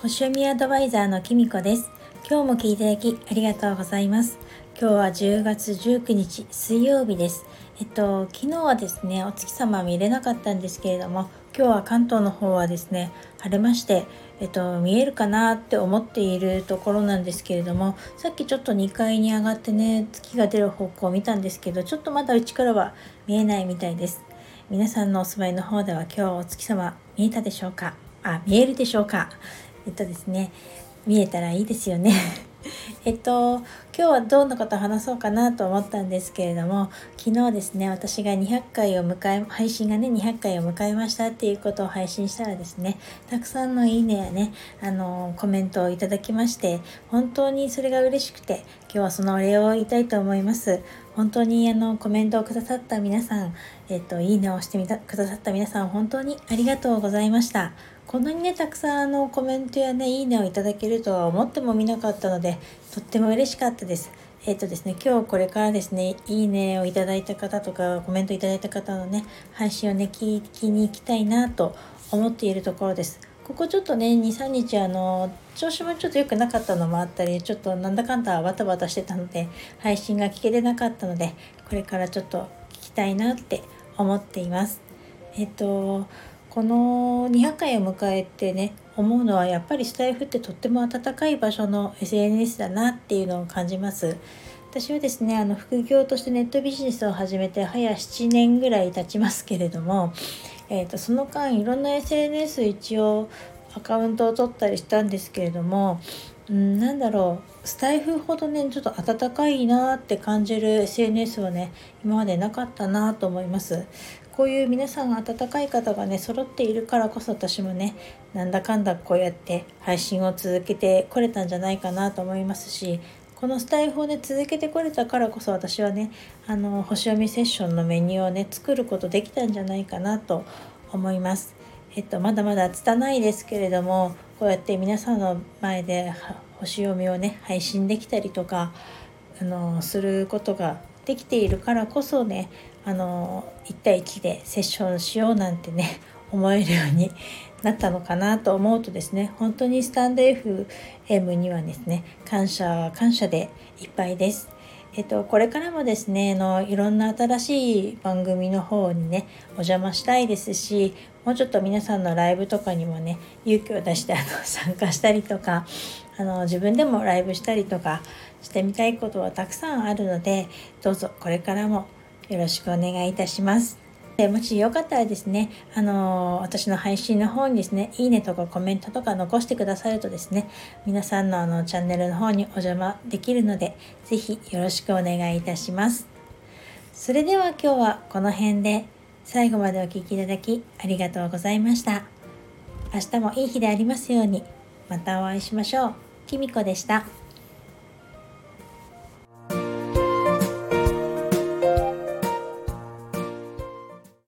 星読みアドバイザーのきみこです。今日も聞いていただきありがとうございます。今日は10月19日水曜日です。昨日はですね、お月様見れなかったんですけれども、今日は関東の方はですね、晴れまして、見えるかなって思っているところなんですけれども、さっきちょっと2階に上がってね、月が出る方向を見たんですけど、ちょっとまだうちからは見えないみたいです。皆さんのお住まいの方では今日お月様見えたでしょうか？見えるでしょうか？ですね、見えたらいいですよね。今日はどんなことを話そうかなと思ったんですけれども、昨日ですね、私が配信がね、200回を迎えましたっていうことを配信したらですね、たくさんのいいねやね、コメントをいただきまして、本当にそれが嬉しくて、今日はそのお礼を言いたいと思います。本当にコメントをくださった皆さん、いいねをしてくださった皆さん、本当にありがとうございました。こんなにね、たくさんコメントやね、いいねをいただけるとは思ってもみなかったので、とっても嬉しかったです。ですね、今日これからですね、いいねをいただいた方とか、コメントいただいた方のね、配信をね、聞きに行きたいなと思っているところです。ここちょっとね、2、3日調子もちょっと良くなかったのもあったり、ちょっとなんだかんだバタバタしてたので、配信が聞けてなかったので、これからちょっと聞きたいなって思っています。この200回を迎えてね、思うのはやっぱりスタイフってとっても温かい場所の SNS だなっていうのを感じます。私はですね、副業としてネットビジネスを始めて早7年ぐらい経ちますけれども、その間いろんな SNS 一応アカウントを取ったりしたんですけれども、スタイフほどね、ちょっと温かいなって感じる SNS はね、今までなかったなと思います。こういう皆さんが温かい方がね、揃っているからこそ私もね、なんだかんだこうやって配信を続けてこれたんじゃないかなと思いますし、このスタイフをね、続けてこれたからこそ私はね、星読みセッションのメニューをね、作ることできたんじゃないかなと思います。まだまだ拙いですけれども、こうやって皆さんの前で星読みをね、配信できたりとか、することができているからこそね、1対1でセッションしようなんてね、思えるようになったのかなと思うとですね、本当にスタンド FM にはですね、感謝でいっぱいです。これからもですね、いろんな新しい番組の方にね、お邪魔したいですし、もうちょっと皆さんのライブとかにもね、勇気を出して参加したりとか、自分でもライブしたりとかしてみたいことはたくさんあるので、どうぞこれからもよろしくお願いいたします。もしよかったらですね、私の配信の方にですね、いいねとかコメントとか残してくださるとですね、皆さんのチャンネルの方にお邪魔できるので、ぜひよろしくお願いいたします。それでは今日はこの辺で、最後までお聞きいただきありがとうございました。明日もいい日でありますように。またお会いしましょう。きみこでした。